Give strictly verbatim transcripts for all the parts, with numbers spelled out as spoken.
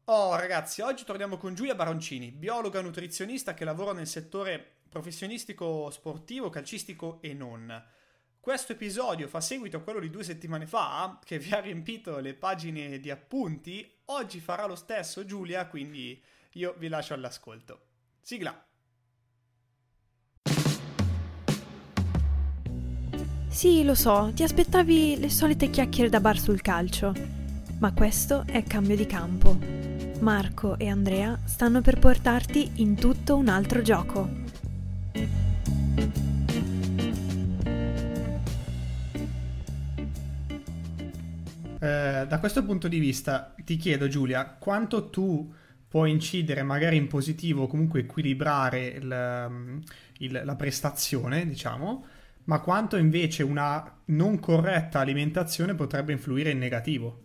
Oh ragazzi, oggi torniamo con Giulia Baroncini, biologa nutrizionista che lavora nel settore professionistico sportivo, calcistico e non. Questo episodio fa seguito a quello di due settimane fa, che vi ha riempito le pagine di appunti. Oggi farà lo stesso Giulia, quindi io vi lascio all'ascolto. Sigla! Sì, lo so, ti aspettavi le solite chiacchiere da bar sul calcio, ma questo è cambio di campo. Marco e Andrea stanno per portarti in tutto un altro gioco. Eh, da questo punto di vista ti chiedo, Giulia, quanto tu puoi incidere magari in positivo o comunque equilibrare il, il, la prestazione, diciamo, ma quanto invece una non corretta alimentazione potrebbe influire in negativo?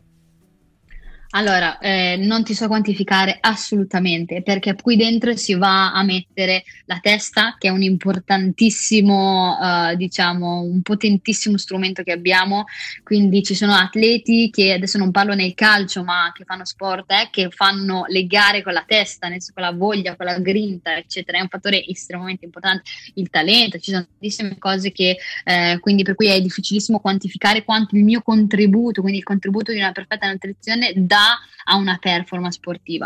Allora, eh, non ti so quantificare assolutamente, perché qui dentro si va a mettere la testa, che è un importantissimo, eh, diciamo, un potentissimo strumento che abbiamo. Quindi ci sono atleti che, adesso non parlo nel calcio, ma che fanno sport, eh, che fanno le gare con la testa, nel senso, con la voglia, con la grinta, eccetera. È un fattore estremamente importante. Il talento, ci sono tantissime cose che, eh, quindi per cui è difficilissimo quantificare quanto il mio contributo, quindi il contributo di una perfetta nutrizione dà a una performance sportiva.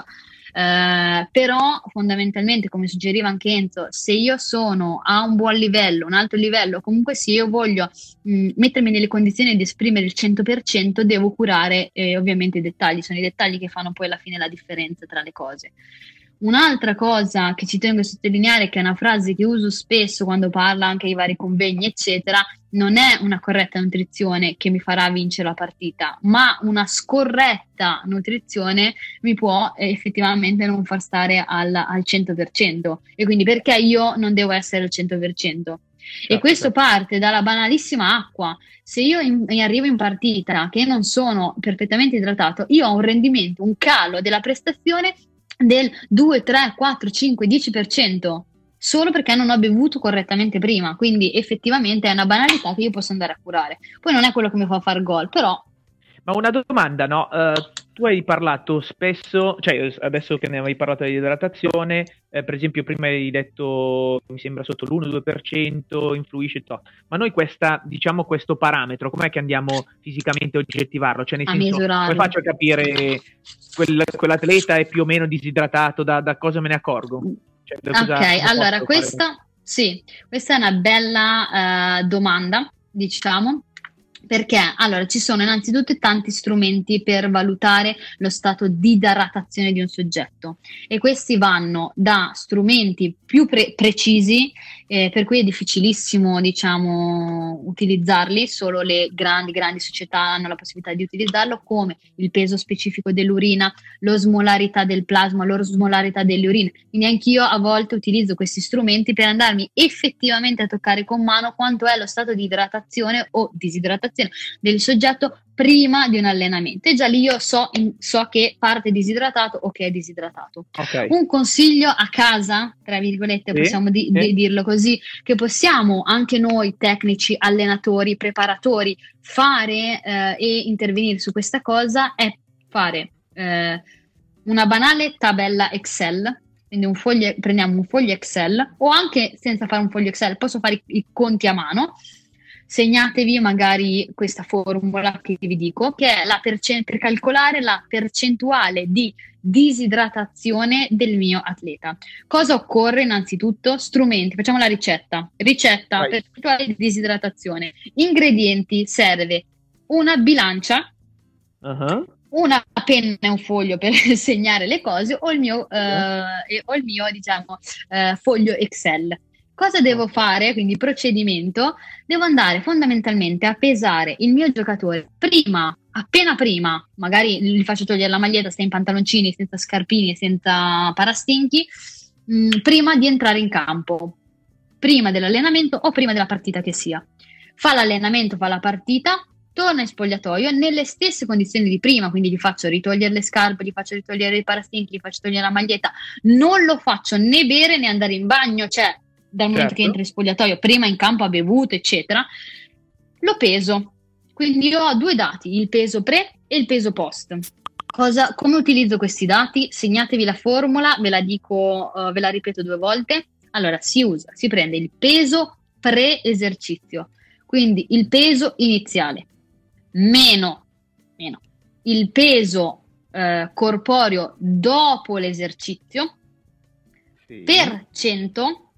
Uh, però fondamentalmente, come suggeriva anche Enzo, se io sono a un buon livello, un alto livello, comunque se io voglio mh, mettermi nelle condizioni di esprimere il cento per cento, devo curare eh, ovviamente i dettagli. Sono i dettagli che fanno poi alla fine la differenza tra le cose. Un'altra cosa che ci tengo a sottolineare, che è una frase che uso spesso quando parlo anche ai vari convegni eccetera, non è una corretta nutrizione che mi farà vincere la partita, ma una scorretta nutrizione mi può eh, effettivamente non far stare al, al cento per cento, e quindi perché io non devo essere al cento per cento. Certo. E questo parte dalla banalissima acqua. Se io in, in arrivo in partita che non sono perfettamente idratato, io ho un rendimento, un calo della prestazione del due, tre, quattro, cinque, dieci per cento solo perché non ho bevuto correttamente prima. Quindi effettivamente è una banalità che io posso andare a curare. Poi non è quello che mi fa far gol, però. Ma una domanda, no? Uh, tu hai parlato spesso, cioè adesso che ne avevi parlato di idratazione, eh, per esempio prima hai detto, mi sembra sotto l'uno due per cento influisce to. Ma noi questa, diciamo, questo parametro, com'è che andiamo fisicamente a oggettivarlo? Cioè nel a senso, misurare. come faccio a capire quel, quell'atleta è più o meno disidratato, da, da cosa me ne accorgo? Cioè, da cosa, ok, cosa allora questa, fare? sì, questa è una bella uh, domanda, diciamo. Perché? Allora, ci sono innanzitutto tanti strumenti per valutare lo stato di idratazione di un soggetto, e questi vanno da strumenti più pre- precisi, eh, per cui è difficilissimo, diciamo, utilizzarli, solo le grandi, grandi società hanno la possibilità di utilizzarlo, come il peso specifico dell'urina, l'osmolarità del plasma, l'osmolarità delle urine. Quindi anch'io a volte utilizzo questi strumenti per andarmi effettivamente a toccare con mano quanto è lo stato di idratazione o disidratazione del soggetto prima di un allenamento, e già lì io so, so che parte disidratato o che è disidratato. Okay. Un consiglio a casa, tra virgolette, sì, possiamo di, sì. di dirlo così, che possiamo anche noi tecnici, allenatori, preparatori fare eh, e intervenire su questa cosa, è fare eh, una banale tabella Excel. Quindi un foglio, prendiamo un foglio Excel, o anche senza fare un foglio Excel, posso fare i, i conti a mano. Segnatevi magari questa formula che vi dico, che è la percent- per calcolare la percentuale di disidratazione del mio atleta. Cosa occorre innanzitutto? Strumenti, facciamo la ricetta. Ricetta, right. Percentuale di disidratazione. Ingredienti: serve una bilancia, uh-huh. una penna e un foglio per segnare le cose, o il mio, uh, o il mio diciamo, uh, foglio Excel. Cosa devo fare? Quindi procedimento, devo andare fondamentalmente a pesare il mio giocatore prima, appena prima, magari gli faccio togliere la maglietta, sta in pantaloncini, senza scarpini, senza parastinchi, mh, prima di entrare in campo, prima dell'allenamento o prima della partita che sia. Fa l'allenamento, fa la partita, torna in spogliatoio nelle stesse condizioni di prima, quindi gli faccio ritogliere le scarpe, gli faccio ritogliere i parastinchi, gli faccio togliere la maglietta, non lo faccio né bere né andare in bagno, cioè dal momento certo. che entra in spogliatoio, prima in campo ha bevuto eccetera, lo peso. Quindi io ho due dati, il peso pre e il peso post. Cosa, come utilizzo questi dati? Segnatevi la formula, ve la dico, uh, ve la ripeto due volte. Allora, si usa, si prende il peso pre-esercizio, quindi il peso iniziale, meno, meno il peso uh, corporeo dopo l'esercizio, sì, per cento,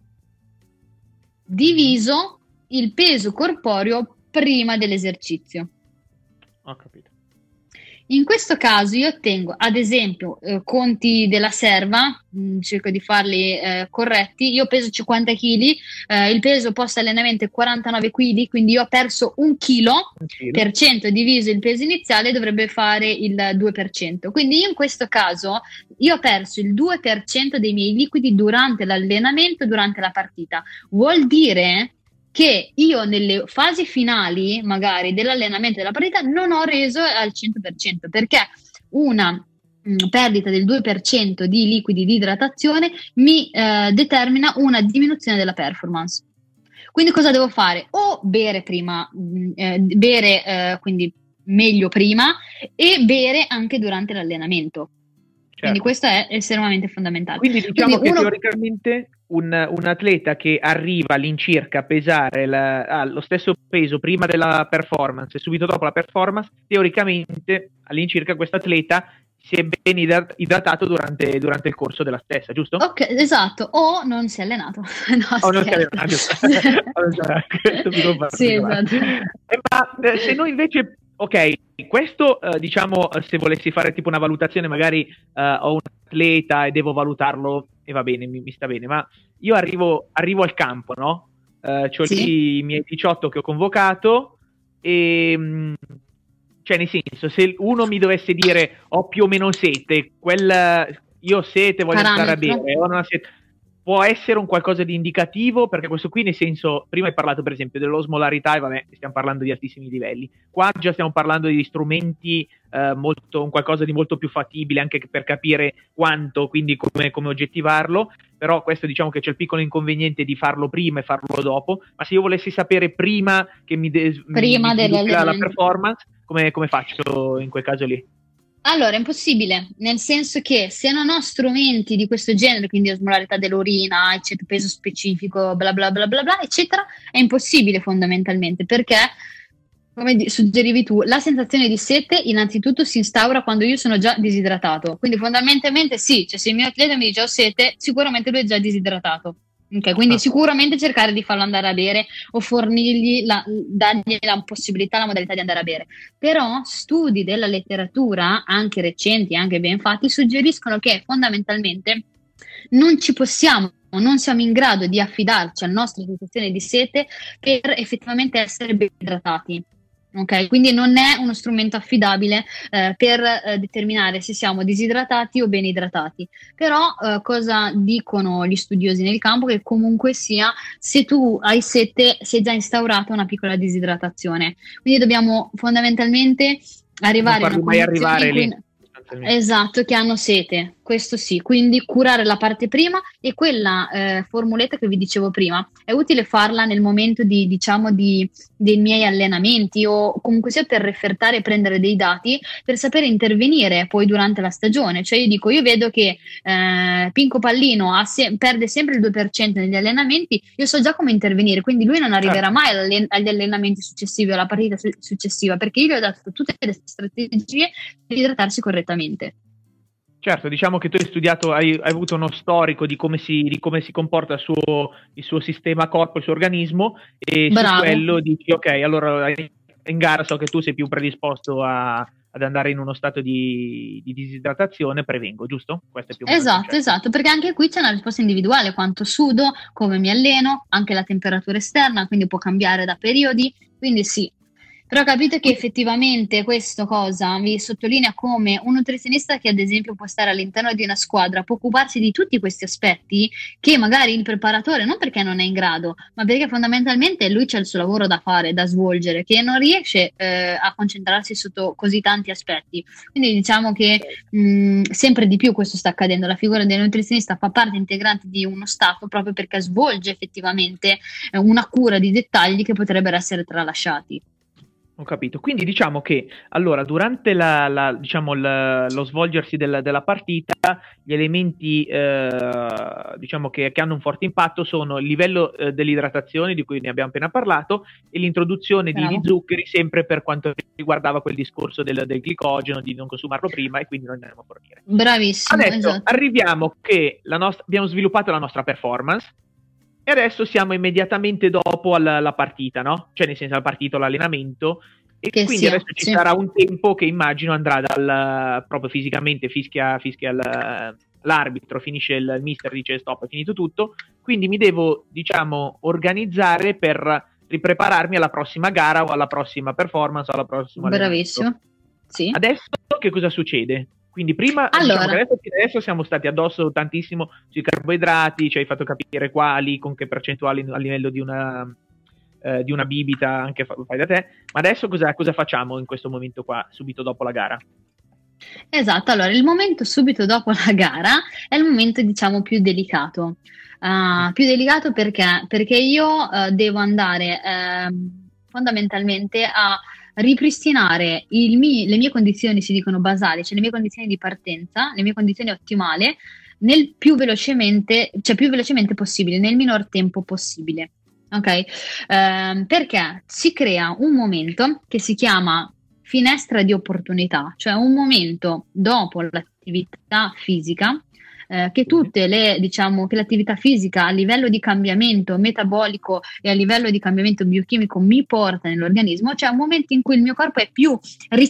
diviso il peso corporeo prima dell'esercizio. Ho capito. In questo caso io ottengo, ad esempio, eh, conti della serva, mh, cerco di farli eh, corretti, io peso cinquanta chili, eh, il peso post allenamento è quarantanove chili, quindi io ho perso un chilo, per cento diviso il peso iniziale dovrebbe fare il due per cento. Quindi io in questo caso io ho perso il due per cento dei miei liquidi durante l'allenamento, durante la partita. Vuol dire che io nelle fasi finali magari dell'allenamento della partita non ho reso al cento per cento, perché una mh, perdita del due per cento di liquidi di idratazione mi eh, determina una diminuzione della performance. Quindi cosa devo fare? O bere prima, mh, eh, bere eh, quindi meglio prima, e bere anche durante l'allenamento. Certo. Quindi questo è estremamente fondamentale. Quindi diciamo Quindi che uno... teoricamente un, un atleta che arriva all'incirca a pesare la, ah, lo stesso peso prima della performance e subito dopo la performance, teoricamente all'incirca questo atleta si è ben idratato durante, durante il corso della stessa, giusto? Ok, esatto, o non si è allenato. No, o non si è allenato. Sì, esatto. Eh, ma se noi invece... Ok, questo eh, diciamo se volessi fare tipo una valutazione, magari eh, ho un atleta e devo valutarlo e va bene, mi, mi sta bene, ma io arrivo, arrivo al campo, no? Eh, c'ho sì. lì i miei diciotto che ho convocato e mh, cioè nel senso, se uno mi dovesse dire ho più o meno sete, quel, io ho sete, voglio stare a bere, ho una sete, può essere un qualcosa di indicativo, perché questo qui nel senso, prima hai parlato per esempio dell'osmolarità e vabbè, stiamo parlando di altissimi livelli, qua già stiamo parlando di strumenti eh, molto, un qualcosa di molto più fattibile anche per capire quanto, quindi come, come oggettivarlo, però questo diciamo che c'è il piccolo inconveniente di farlo prima e farlo dopo, ma se io volessi sapere prima che mi, de- prima mi la, la performance, come, come faccio in quel caso lì? Allora, è impossibile, nel senso che se non ho strumenti di questo genere, quindi osmolarità dell'urina, eccetera, peso specifico, bla bla bla bla bla, eccetera, è impossibile fondamentalmente, perché, come suggerivi tu, la sensazione di sete innanzitutto si instaura quando io sono già disidratato, quindi fondamentalmente sì, cioè se il mio atleta mi dice ho sete, sicuramente lui è già disidratato. Okay, quindi sicuramente cercare di farlo andare a bere o fornirgli, la, dargli la possibilità, la modalità di andare a bere. Però studi della letteratura, anche recenti, anche ben fatti, suggeriscono che fondamentalmente non ci possiamo, non siamo in grado di affidarci alla nostra sensazione di sete per effettivamente essere ben idratati. Ok, quindi non è uno strumento affidabile eh, per eh, determinare se siamo disidratati o ben idratati. Però eh, cosa dicono gli studiosi nel campo? Che comunque sia, se tu hai sete, si è già instaurata una piccola disidratazione. Quindi dobbiamo fondamentalmente arrivare non in una mai arrivare lì. Esatto, che hanno sete, questo sì, quindi curare la parte prima e quella eh, formuletta che vi dicevo prima, è utile farla nel momento di, diciamo, di, dei miei allenamenti o comunque sia per refertare e prendere dei dati per sapere intervenire poi durante la stagione, cioè io dico, io vedo che eh, Pinco Pallino ha se- perde sempre il due per cento negli allenamenti, io so già come intervenire, quindi lui non arriverà mai agli, agli allenamenti successivi o alla partita su- successiva, perché io gli ho dato tutte le strategie per idratarsi correttamente. Certo, diciamo che tu hai studiato, hai, hai avuto uno storico di come si, di come si comporta il suo, il suo sistema corpo, il suo organismo, e Bravo. Su quello dici ok, allora in gara so che tu sei più predisposto a, ad andare in uno stato di, di disidratazione, prevengo, giusto? Questo è più esatto, esatto, perché anche qui c'è una risposta individuale, quanto sudo, come mi alleno, anche la temperatura esterna, quindi può cambiare da periodi, quindi sì. Però capite che effettivamente questo cosa vi sottolinea come un nutrizionista che ad esempio può stare all'interno di una squadra può occuparsi di tutti questi aspetti che magari il preparatore non perché non è in grado, ma perché fondamentalmente lui c'ha il suo lavoro da fare, da svolgere, che non riesce eh, a concentrarsi sotto così tanti aspetti. Quindi diciamo che mh, sempre di più questo sta accadendo, la figura del nutrizionista fa parte integrante di uno staff proprio perché svolge effettivamente eh, una cura di dettagli che potrebbero essere tralasciati. Ho capito. Quindi diciamo che allora durante la, la, diciamo, la, lo svolgersi della, della partita, gli elementi eh, diciamo che, che hanno un forte impatto sono il livello eh, dell'idratazione, di cui ne abbiamo appena parlato, e l'introduzione di, di zuccheri, sempre per quanto riguardava quel discorso del, del glicogeno, di non consumarlo prima e quindi non ne andiamo a fornire. Bravissimo. Adesso esatto. arriviamo che la nostra, abbiamo sviluppato la nostra performance. E adesso siamo immediatamente dopo alla, alla partita, no? Cioè nel senso alla partita o l'allenamento, e che quindi sia, adesso ci sì. sarà un tempo che immagino andrà dal, proprio fisicamente, fischia, fischia il, l'arbitro, finisce il, il mister, dice stop, è finito tutto, quindi mi devo, diciamo, organizzare per riprepararmi alla prossima gara o alla prossima performance o alla prossima Bravissimo, allenamento. Sì. Adesso che cosa succede? Quindi prima allora. diciamo che adesso, adesso siamo stati addosso tantissimo sui carboidrati, ci hai fatto capire quali, con che percentuali a livello di una, eh, di una bibita anche fa, fai da te, ma adesso cosa, cosa facciamo in questo momento qua, subito dopo la gara? Esatto, allora il momento subito dopo la gara è il momento diciamo più delicato, uh, più delicato perché? Perché io uh, devo andare uh, fondamentalmente a ripristinare il mie, le mie condizioni, si dicono basali, cioè le mie condizioni di partenza, le mie condizioni ottimali, nel più velocemente, cioè più velocemente possibile, nel minor tempo possibile. Ok? Eh, perché si crea un momento che si chiama finestra di opportunità, cioè un momento dopo l'attività fisica, Eh, che tutte le, diciamo, che l'attività fisica a livello di cambiamento metabolico e a livello di cambiamento biochimico mi porta nell'organismo, cioè un momento in cui il mio corpo è più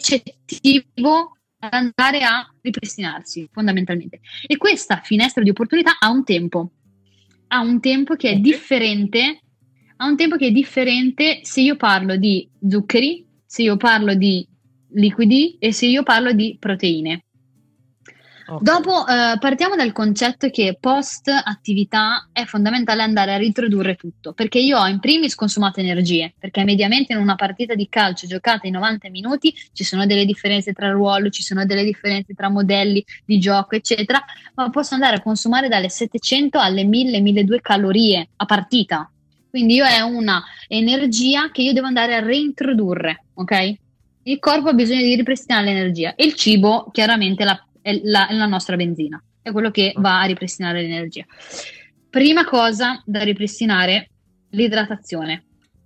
ricettivo ad andare a ripristinarsi fondamentalmente. E questa finestra di opportunità ha un tempo, ha un tempo che è differente, ha un tempo che è differente se io parlo di zuccheri, se io parlo di liquidi e se io parlo di proteine. Okay. Dopo eh, partiamo dal concetto che post attività è fondamentale andare a rintrodurre tutto, perché io ho in primis consumato energie, perché mediamente in una partita di calcio giocata in novanta minuti ci sono delle differenze tra ruolo, ci sono delle differenze tra modelli di gioco eccetera, ma posso andare a consumare dalle settecento alle mille milleduecento calorie a partita, quindi io è una energia che io devo andare a reintrodurre, ok? Il corpo ha bisogno di ripristinare l'energia e il cibo chiaramente la È la, è la nostra benzina, è quello che va a ripristinare l'energia. Prima cosa da ripristinare, l'idratazione.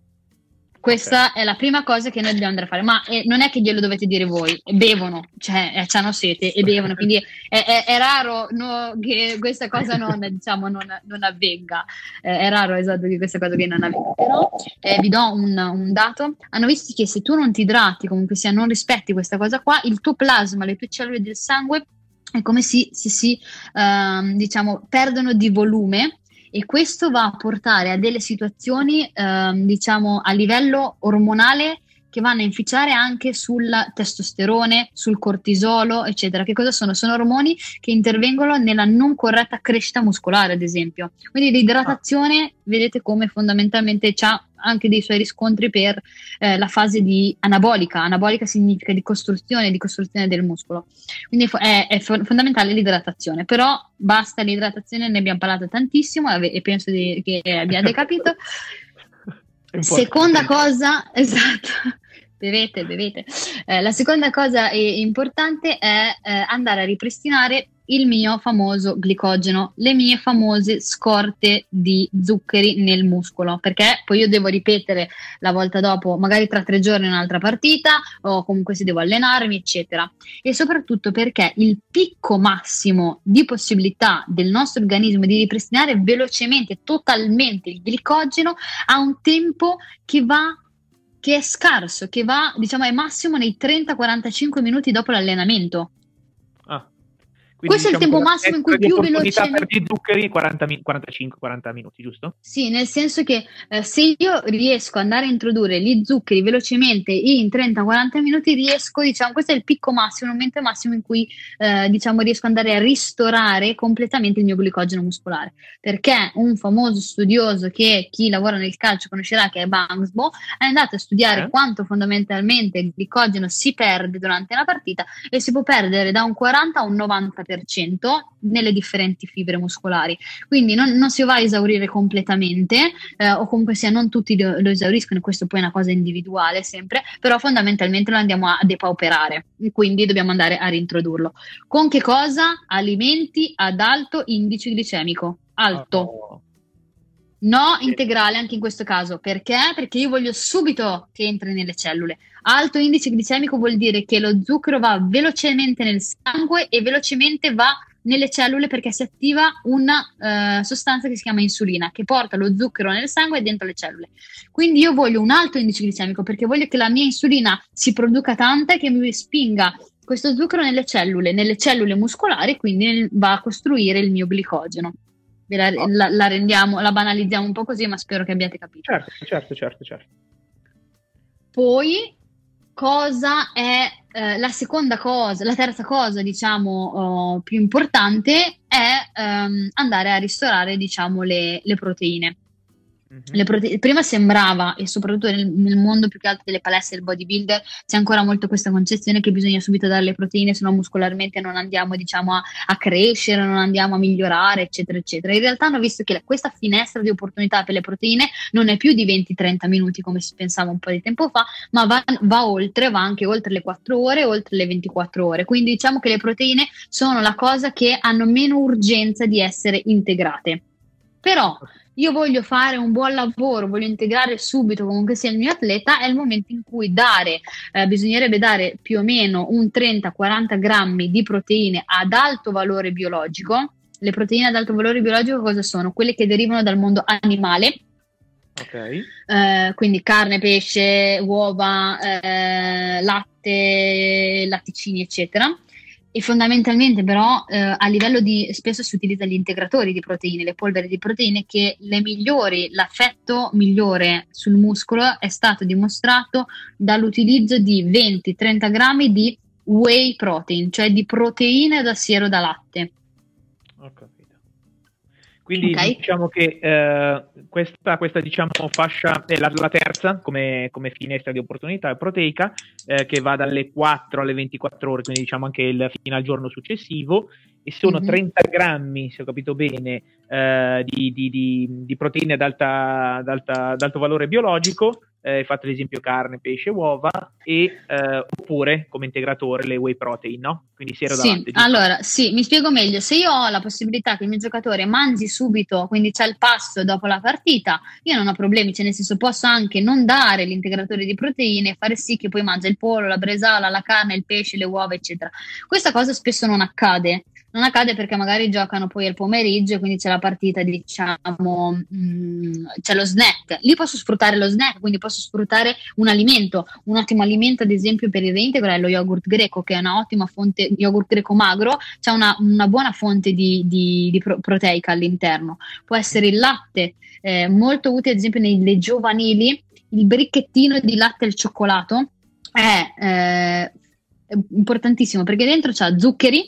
Questa okay. è la prima cosa che noi dobbiamo andare a fare, ma eh, non è che glielo dovete dire voi, bevono, cioè eh, hanno sete e bevono, quindi è, è, è raro no, che questa cosa non, diciamo, non, non avvenga, eh, è raro esatto che questa cosa che non avvenga, però eh, vi do un, un dato, hanno visto che se tu non ti idrati, comunque sia non rispetti questa cosa qua, il tuo plasma, le tue cellule del sangue è come se si, si, si uh, diciamo perdono di volume. E questo va a portare a delle situazioni, ehm, diciamo, a livello ormonale che vanno a inficiare anche sul testosterone, sul cortisolo, eccetera. Che cosa sono? Sono ormoni che intervengono nella non corretta crescita muscolare, ad esempio. Quindi l'idratazione, ah. vedete come fondamentalmente c'ha anche dei suoi riscontri per eh, la fase di anabolica. Anabolica significa di costruzione, di costruzione del muscolo. Quindi è, è fondamentale l'idratazione, però basta l'idratazione, ne abbiamo parlato tantissimo e penso di, che abbiate capito. Seconda cosa, esatto, bevete, bevete. Eh, la seconda cosa importante è eh, andare a ripristinare il mio famoso glicogeno, le mie famose scorte di zuccheri nel muscolo, perché poi io devo ripetere la volta dopo, magari tra tre giorni un'altra partita o comunque se devo allenarmi, eccetera. E soprattutto perché il picco massimo di possibilità del nostro organismo di ripristinare velocemente, totalmente il glicogeno ha un tempo che va che è scarso, che va, diciamo, è massimo nei trenta quarantacinque minuti dopo l'allenamento. Ah. Quindi, questo diciamo, è il tempo massimo in cui più velocemente per gli zuccheri quaranta, quarantacinque quaranta minuti, giusto? Sì, nel senso che eh, se io riesco ad andare a introdurre gli zuccheri velocemente in trenta quaranta minuti riesco, diciamo, questo è il picco massimo, il momento massimo in cui eh, diciamo riesco ad andare a ristorare completamente il mio glicogeno muscolare, perché un famoso studioso che chi lavora nel calcio conoscerà, che è Bangsbo, è andato a studiare eh? quanto fondamentalmente il glicogeno si perde durante una partita e si può perdere da un quaranta a un novanta per cento. per cento nelle differenti fibre muscolari, quindi non, non si va a esaurire completamente, eh, o comunque sia non tutti lo, lo esauriscono, questo poi è una cosa individuale sempre, però fondamentalmente lo andiamo a depauperare, quindi dobbiamo andare a rintrodurlo. Con che cosa? Alimenti ad alto indice glicemico, alto. Oh. No integrale anche in questo caso, perché? Perché io voglio subito che entri nelle cellule. Alto indice glicemico vuol dire che lo zucchero va velocemente nel sangue e velocemente va nelle cellule, perché si attiva una uh, sostanza che si chiama insulina, che porta lo zucchero nel sangue e dentro le cellule. Quindi io voglio un alto indice glicemico perché voglio che la mia insulina si produca tanta e che mi spinga questo zucchero nelle cellule, nelle cellule muscolari, quindi va a costruire il mio glicogeno. La, la, la rendiamo, la banalizziamo un po' così, ma spero che abbiate capito. Certo, certo, certo, certo. Poi, cosa è eh, la seconda cosa, la terza cosa, diciamo, oh, più importante è ehm, andare a ristorare, diciamo, le, le proteine. Le prote- prima sembrava, e soprattutto nel, nel mondo più che altro delle palestre del bodybuilder, c'è ancora molto questa concezione che bisogna subito dare le proteine, se no muscolarmente non andiamo, diciamo, a, a crescere, non andiamo a migliorare, eccetera, eccetera. In realtà hanno visto che la, questa finestra di opportunità per le proteine non è più di venti trenta minuti come si pensava un po' di tempo fa, ma va, va oltre, va anche oltre le quattro ore, oltre le ventiquattro ore. Quindi diciamo che le proteine sono la cosa che hanno meno urgenza di essere integrate. Però io voglio fare un buon lavoro, voglio integrare subito comunque sia il mio atleta, è il momento in cui dare, eh, bisognerebbe dare più o meno un trenta quaranta grammi di proteine ad alto valore biologico. Le proteine ad alto valore biologico cosa sono? Quelle che derivano dal mondo animale. Ok. Eh, quindi carne, pesce, uova, eh, latte, latticini, eccetera. E fondamentalmente però eh, a livello di, spesso si utilizza gli integratori di proteine, le polveri di proteine, che le migliori, l'effetto migliore sul muscolo è stato dimostrato dall'utilizzo di venti trenta grammi di whey protein, cioè di proteine da siero da latte. Ho capito. Quindi okay. diciamo che eh, questa, questa diciamo fascia è la, la terza come, come finestra di opportunità proteica, eh, che va dalle quattro alle ventiquattro ore, quindi diciamo anche il, fino al giorno successivo, e sono mm-hmm. trenta grammi, se ho capito bene, eh, di, di, di, di proteine ad, alta, ad, alta, ad alto valore biologico, eh, fatto l'esempio carne, pesce, uova, e eh, oppure come integratore le whey protein, no? Quindi siero sì, da latte. Allora, sì, mi spiego meglio. Se io ho la possibilità che il mio giocatore mangi subito, quindi c'è il pasto dopo la partita, io non ho problemi, cioè nel senso posso anche non dare l'integratore di proteine e fare sì che poi mangia il pollo, la bresaola, la carne, il pesce, le uova, eccetera. Questa cosa spesso non accade. Non accade perché magari giocano poi al pomeriggio e quindi c'è la partita, diciamo, mh, c'è lo snack. Lì posso sfruttare lo snack, quindi posso sfruttare un alimento. Un ottimo alimento, ad esempio, per il reintegro è lo yogurt greco, che è una ottima fonte, yogurt greco magro, c'è una, una buona fonte di, di, di pro- proteica all'interno. Può essere il latte, eh, molto utile, ad esempio, nelle giovanili, il bricchettino di latte al cioccolato è, eh, è importantissimo perché dentro c'ha zuccheri,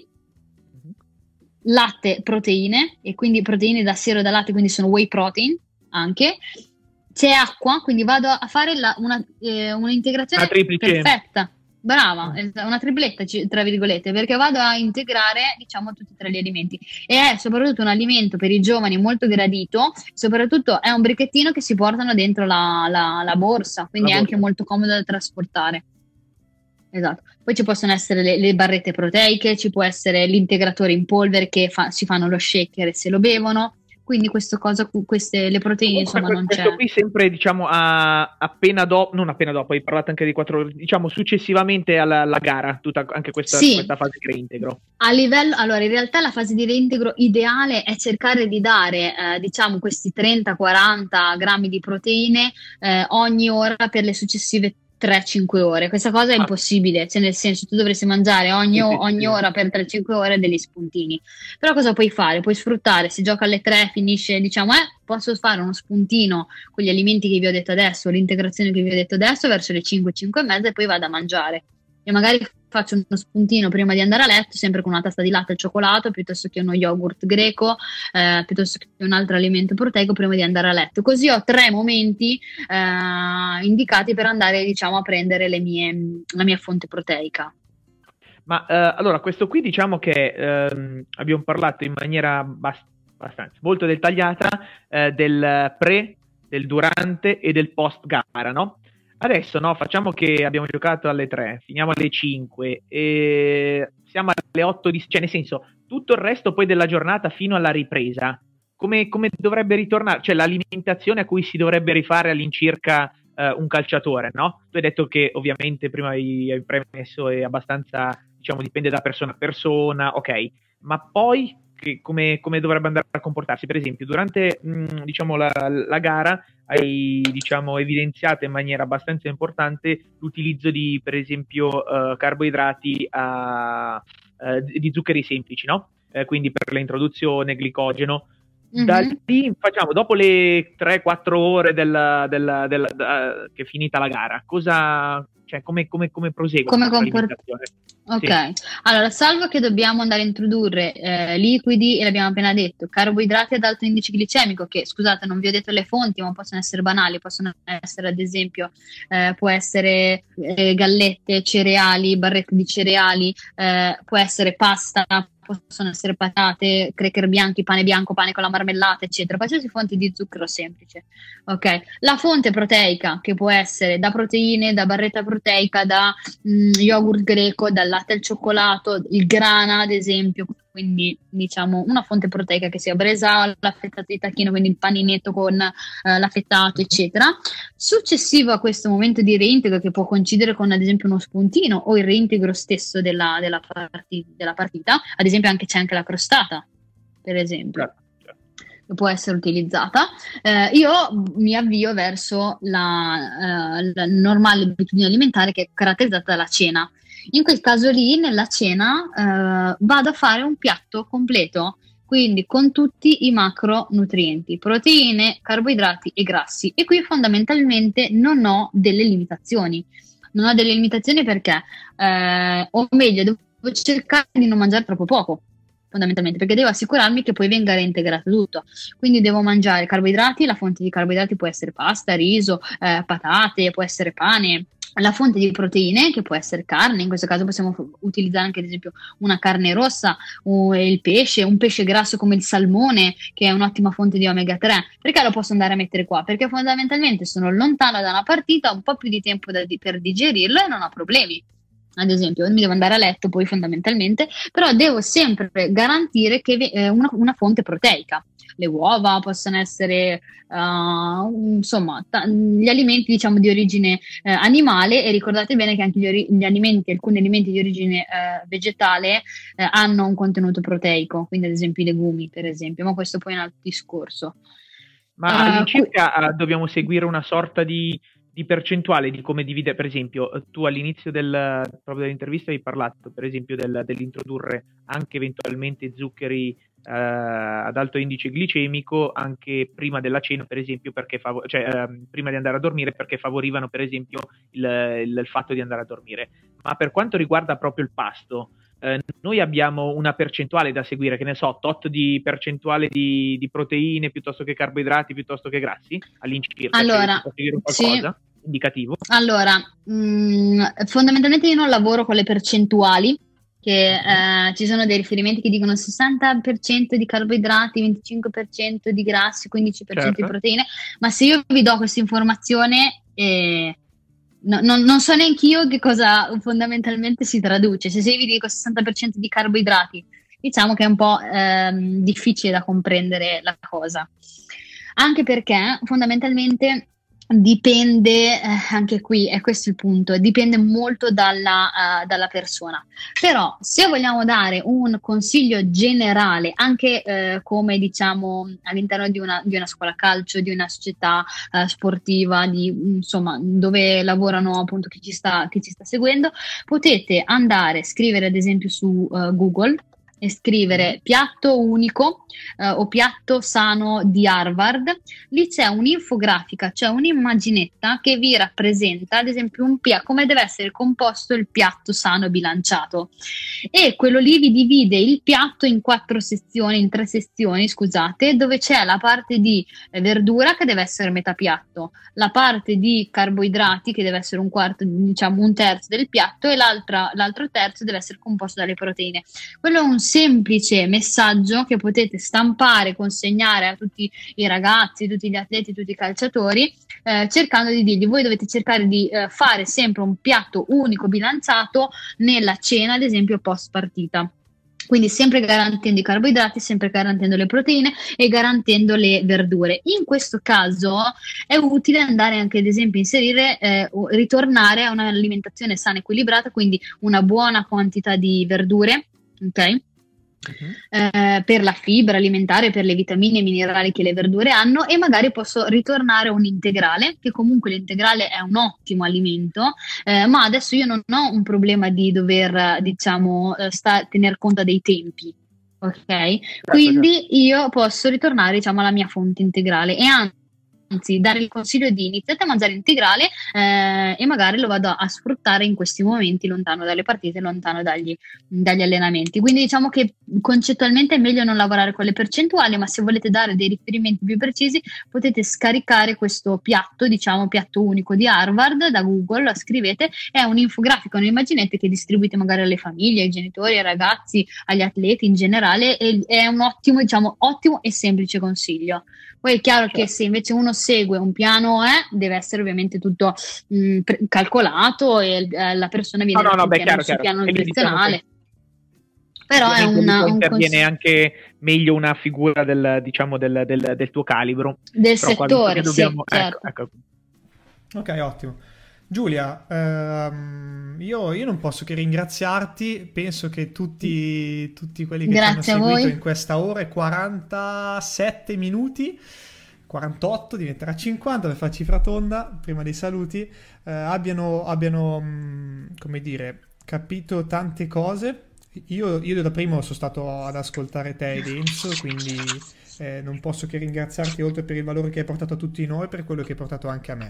latte, proteine, e quindi proteine da siero da latte, quindi sono whey protein anche, c'è acqua, quindi vado a fare la, una, eh, un'integrazione perfetta, brava, una tripletta tra virgolette, perché vado a integrare, diciamo, tutti e tre gli alimenti, e è soprattutto un alimento per i giovani molto gradito, soprattutto è un bricchettino che si portano dentro la, la, la borsa, quindi la è borsa. Anche molto comodo da trasportare. Esatto. Poi ci possono essere le, le barrette proteiche, ci può essere l'integratore in polvere che fa, si fanno lo shaker e se lo bevono, quindi questo cosa, queste, le proteine, comunque, insomma, non questo c'è. Qui sempre, diciamo, a, appena dopo, non appena dopo, hai parlato anche di quattro ore, diciamo successivamente alla, alla gara, tutta anche questa, sì. questa fase di reintegro. A livello, allora, in realtà la fase di reintegro ideale è cercare di dare, eh, diciamo, questi trenta quaranta grammi di proteine eh, ogni ora per le successive tre cinque ore. Questa cosa è impossibile, cioè nel senso tu dovresti mangiare ogni, ogni ora per tre cinque ore degli spuntini, però cosa puoi fare? Puoi sfruttare, se gioca alle tre finisce, diciamo, eh, posso fare uno spuntino con gli alimenti che vi ho detto adesso, l'integrazione che vi ho detto adesso verso le cinque cinque e mezza e poi vado a mangiare, e magari faccio uno spuntino prima di andare a letto, sempre con una tazza di latte al cioccolato, piuttosto che uno yogurt greco, eh, piuttosto che un altro alimento proteico prima di andare a letto. Così ho tre momenti eh, indicati per andare, diciamo, a prendere le mie, la mia fonte proteica. Ma eh, allora, questo qui diciamo che ehm, abbiamo parlato in maniera bast- abbastanza, molto dettagliata eh, del pre, del durante e del post gara, no? Adesso no, facciamo che abbiamo giocato alle tre, finiamo alle cinque e siamo alle otto di... cioè nel senso, tutto il resto poi della giornata fino alla ripresa, come, come dovrebbe ritornare? Cioè l'alimentazione a cui si dovrebbe rifare all'incirca eh, un calciatore, no? Tu hai detto che ovviamente prima hai, hai premesso è abbastanza, diciamo, dipende da persona a persona, ok, ma poi che, come, come dovrebbe andare a comportarsi? Per esempio, durante mh, diciamo la, la gara hai diciamo evidenziato in maniera abbastanza importante l'utilizzo di, per esempio, uh, carboidrati a, uh, di zuccheri semplici, no? Eh, quindi per l'introduzione, glicogeno. Mm-hmm. Da lì facciamo, dopo le tre quattro ore della, della, della, della, che è finita la gara, cosa, cioè come, come, come prosegue come comportazione? Ok, sì. Allora, salvo che dobbiamo andare a introdurre eh, liquidi, e l'abbiamo appena detto, carboidrati ad alto indice glicemico, che scusate non vi ho detto le fonti, ma possono essere banali, possono essere ad esempio, eh, può essere eh, gallette, cereali, barrette di cereali, eh, può essere pasta, possono essere patate, cracker bianchi, pane bianco, pane con la marmellata, eccetera, qualsiasi fonte di zucchero semplice. Ok, la fonte proteica, che può essere da proteine, da barretta proteica, da mh, yogurt greco, dal latte al cioccolato, il grana ad esempio, quindi diciamo una fonte proteica che sia bresaola, l'affettato di tacchino, quindi il paninetto con eh, l'affettato, eccetera. Successivo a questo momento di reintegro, che può coincidere con ad esempio uno spuntino o il reintegro stesso della, della, parti, della partita, ad esempio anche c'è anche la crostata, per esempio, che può essere utilizzata. Eh, io mi avvio verso la, eh, la normale abitudine alimentare, che è caratterizzata dalla cena. In quel caso lì, nella cena, eh, vado a fare un piatto completo, quindi con tutti i macronutrienti, proteine, carboidrati e grassi. E qui fondamentalmente non ho delle limitazioni. Non ho delle limitazioni perché, eh, o meglio, devo cercare di non mangiare troppo poco, fondamentalmente, perché devo assicurarmi che poi venga reintegrato tutto. Quindi devo mangiare carboidrati, la fonte di carboidrati può essere pasta, riso, eh, patate, può essere pane. La fonte di proteine, che può essere carne, in questo caso possiamo utilizzare anche ad esempio una carne rossa o il pesce, un pesce grasso come il salmone, che è un'ottima fonte di omega tre. Perché lo posso andare a mettere qua? Perché fondamentalmente sono lontano da una partita, ho un po' più di tempo da, per digerirlo e non ho problemi. Ad esempio, mi devo andare a letto poi fondamentalmente, però devo sempre garantire che eh, una, una fonte proteica. Le uova possono essere, uh, insomma, t- gli alimenti diciamo di origine eh, animale, e ricordate bene che anche gli, ori- gli alimenti, alcuni alimenti di origine eh, vegetale eh, hanno un contenuto proteico, quindi ad esempio i legumi per esempio, ma questo poi è un altro discorso. Ma uh, all'incirca qui... dobbiamo seguire una sorta di... di percentuale di come divide, per esempio, tu all'inizio del, proprio dell'intervista hai parlato, per esempio, del, dell'introdurre anche eventualmente zuccheri eh, ad alto indice glicemico anche prima della cena, per esempio, perché fav- cioè eh, prima di andare a dormire, perché favorivano, per esempio, il, il, il fatto di andare a dormire. Ma per quanto riguarda proprio il pasto, eh, noi abbiamo una percentuale da seguire, che ne so, tot di percentuale di, di proteine piuttosto che carboidrati piuttosto che grassi all'incirca. Allora, cioè, seguire qualcosa sì. Indicativo? Allora, mh, fondamentalmente io non lavoro con le percentuali, che eh, ci sono dei riferimenti che dicono sessanta per cento di carboidrati, venticinque per cento di grassi, quindici per cento certo. di proteine, ma se io vi do questa informazione eh, no, non, non so neanche io che cosa fondamentalmente si traduce. Se, se vi dico sessanta per cento di carboidrati, diciamo che è un po' ehm, difficile da comprendere la cosa, anche perché fondamentalmente dipende, eh, anche qui è questo il punto, dipende molto dalla, uh, dalla persona. Però se vogliamo dare un consiglio generale, anche uh, come diciamo all'interno di una, di una scuola calcio, di una società uh, sportiva, di, insomma dove lavorano appunto chi ci sta, chi ci sta seguendo, potete andare a scrivere ad esempio su uh, Google e scrivere piatto unico eh, o piatto sano di Harvard, lì c'è un'infografica, cioè un'immaginetta che vi rappresenta ad esempio un piatto, come deve essere composto il piatto sano bilanciato, e quello lì vi divide il piatto in quattro sezioni, in tre sezioni scusate, dove c'è la parte di eh, verdura che deve essere metà piatto, la parte di carboidrati che deve essere un quarto, diciamo un terzo del piatto, e l'altra, l'altro terzo deve essere composto dalle proteine. Quello è un semplice messaggio che potete stampare, consegnare a tutti i ragazzi, tutti gli atleti, tutti i calciatori, eh, cercando di dirgli: voi dovete cercare di eh, fare sempre un piatto unico bilanciato nella cena, ad esempio post partita. Quindi sempre garantendo i carboidrati, sempre garantendo le proteine e garantendo le verdure. In questo caso è utile andare anche, ad esempio, inserire, eh, ritornare a un'alimentazione sana e equilibrata, quindi una buona quantità di verdure, ok? Uh-huh. Eh, per la fibra alimentare, per le vitamine e minerali che le verdure hanno, e magari posso ritornare a un integrale, che comunque l'integrale è un ottimo alimento, eh, ma adesso io non ho un problema di dover, diciamo, sta, tener conto dei tempi, ok? Quindi io posso ritornare, diciamo, alla mia fonte integrale, e anzi Anzi, dare il consiglio di iniziate a mangiare integrale eh, e magari lo vado a sfruttare in questi momenti, lontano dalle partite, lontano dagli, dagli allenamenti. Quindi diciamo che concettualmente è meglio non lavorare con le percentuali, ma se volete dare dei riferimenti più precisi potete scaricare questo piatto, diciamo piatto unico di Harvard, da Google, la scrivete, è un'infografica, un'immaginetta che distribuite magari alle famiglie, ai genitori, ai ragazzi, agli atleti in generale, e è un ottimo, diciamo, ottimo e semplice consiglio. Poi è chiaro che se invece uno segue un piano, eh, deve essere ovviamente tutto mh, pre- calcolato, e eh, la persona viene no, no, no, beh, piano, chiaro, chiaro. piano Diciamo nutrizionale. che... Però è una, un interviene cons- anche meglio una figura del, diciamo, del, del, del tuo calibro. Del Però settore, dobbiamo... sì, certo. ecco, ecco. Ok, ottimo. Giulia, ehm, io, io non posso che ringraziarti, penso che tutti, tutti quelli che Grazie ci hanno seguito in questa ora e quarantasette minuti, quarantotto, diventerà cinquanta per far cifra tonda, prima dei saluti, eh, abbiano, abbiano mh, come dire, capito tante cose. Io, io da primo sono stato ad ascoltare te ed Enzo, quindi eh, non posso che ringraziarti, oltre per il valore che hai portato a tutti noi, per quello che hai portato anche a me.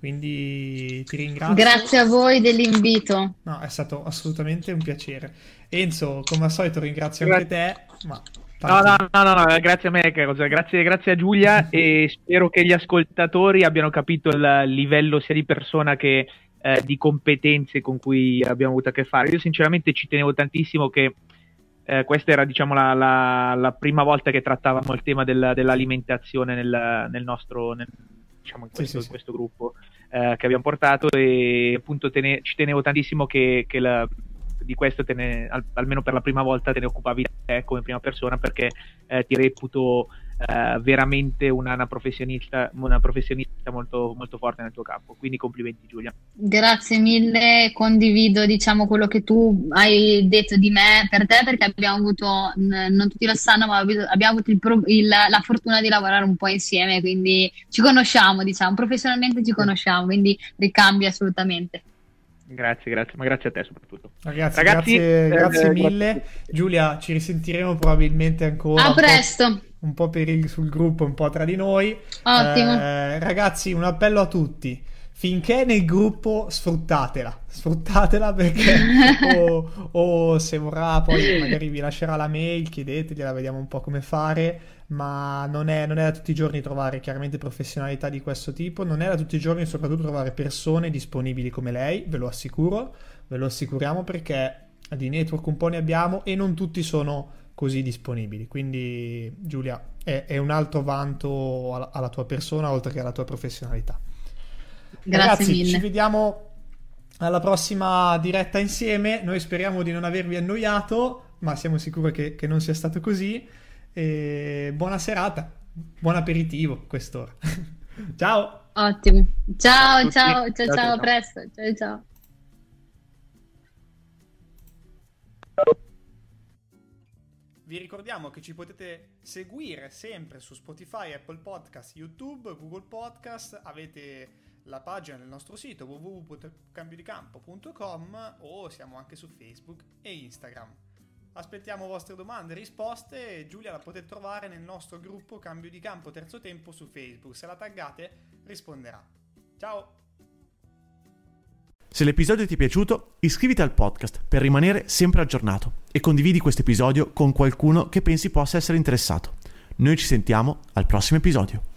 Quindi ti ringrazio. Grazie a voi dell'invito. No, è stato assolutamente un piacere. Enzo, come al solito ringrazio anche te. Ma no, no, no, no, no, grazie a me, grazie, grazie a Giulia e spero che gli ascoltatori abbiano capito il livello sia di persona che eh, di competenze con cui abbiamo avuto a che fare. Io sinceramente ci tenevo tantissimo che eh, questa era, diciamo, la, la, la prima volta che trattavamo il tema del, dell'alimentazione nel, nel nostro... Nel, diciamo in questo, sì, sì, in questo gruppo eh, che abbiamo portato, e appunto tene, ci tenevo tantissimo che, che la, di questo te ne, al, almeno per la prima volta te ne occupavi te come prima persona, perché eh, ti reputo eh, veramente una, una professionista una professionista molto, molto forte nel tuo campo, quindi complimenti Giulia. Grazie mille, condivido, diciamo, quello che tu hai detto di me per te, perché abbiamo avuto, non tutti lo sanno, ma abbiamo avuto il, il, la fortuna di lavorare un po' insieme, quindi ci conosciamo, diciamo, professionalmente ci conosciamo, quindi ricambia assolutamente. Grazie, grazie, ma grazie a te soprattutto. Ragazzi, Ragazzi grazie, eh, grazie mille. Grazie. Giulia, ci risentiremo probabilmente ancora. A presto. Un po', un po' per il, sul gruppo, un po' tra di noi. Ottimo. Eh, ragazzi, un appello a tutti. Finché nel gruppo, sfruttatela. Sfruttatela perché o, o se vorrà poi magari vi lascerà la mail, chiedetegliela, vediamo un po' come fare. Ma non è, non è da tutti i giorni trovare chiaramente professionalità di questo tipo, non è da tutti i giorni soprattutto trovare persone disponibili come lei, ve lo assicuro, ve lo assicuriamo, perché di network un po' ne abbiamo e non tutti sono così disponibili, quindi Giulia è, è un altro vanto alla, alla tua persona oltre che alla tua professionalità. Grazie Ragazzi, mille. Ci vediamo alla prossima diretta insieme, noi speriamo di non avervi annoiato, ma siamo sicuri che, che non sia stato così. E buona serata, buon aperitivo quest'ora. Ciao. Ottimo. Ciao, ciao, ciao, ciao, ciao, a presto. Ciao, ciao. Vi ricordiamo che ci potete seguire sempre su Spotify, Apple Podcast, YouTube, Google Podcast. Avete la pagina del nostro sito w w w punto cambio di campo punto com o siamo anche su Facebook e Instagram. Aspettiamo vostre domande e risposte. Giulia la potete trovare nel nostro gruppo Cambio di Campo Terzo Tempo su Facebook. Se la taggate risponderà. Ciao! Se l'episodio ti è piaciuto, iscriviti al podcast per rimanere sempre aggiornato e condividi questo episodio con qualcuno che pensi possa essere interessato. Noi ci sentiamo al prossimo episodio.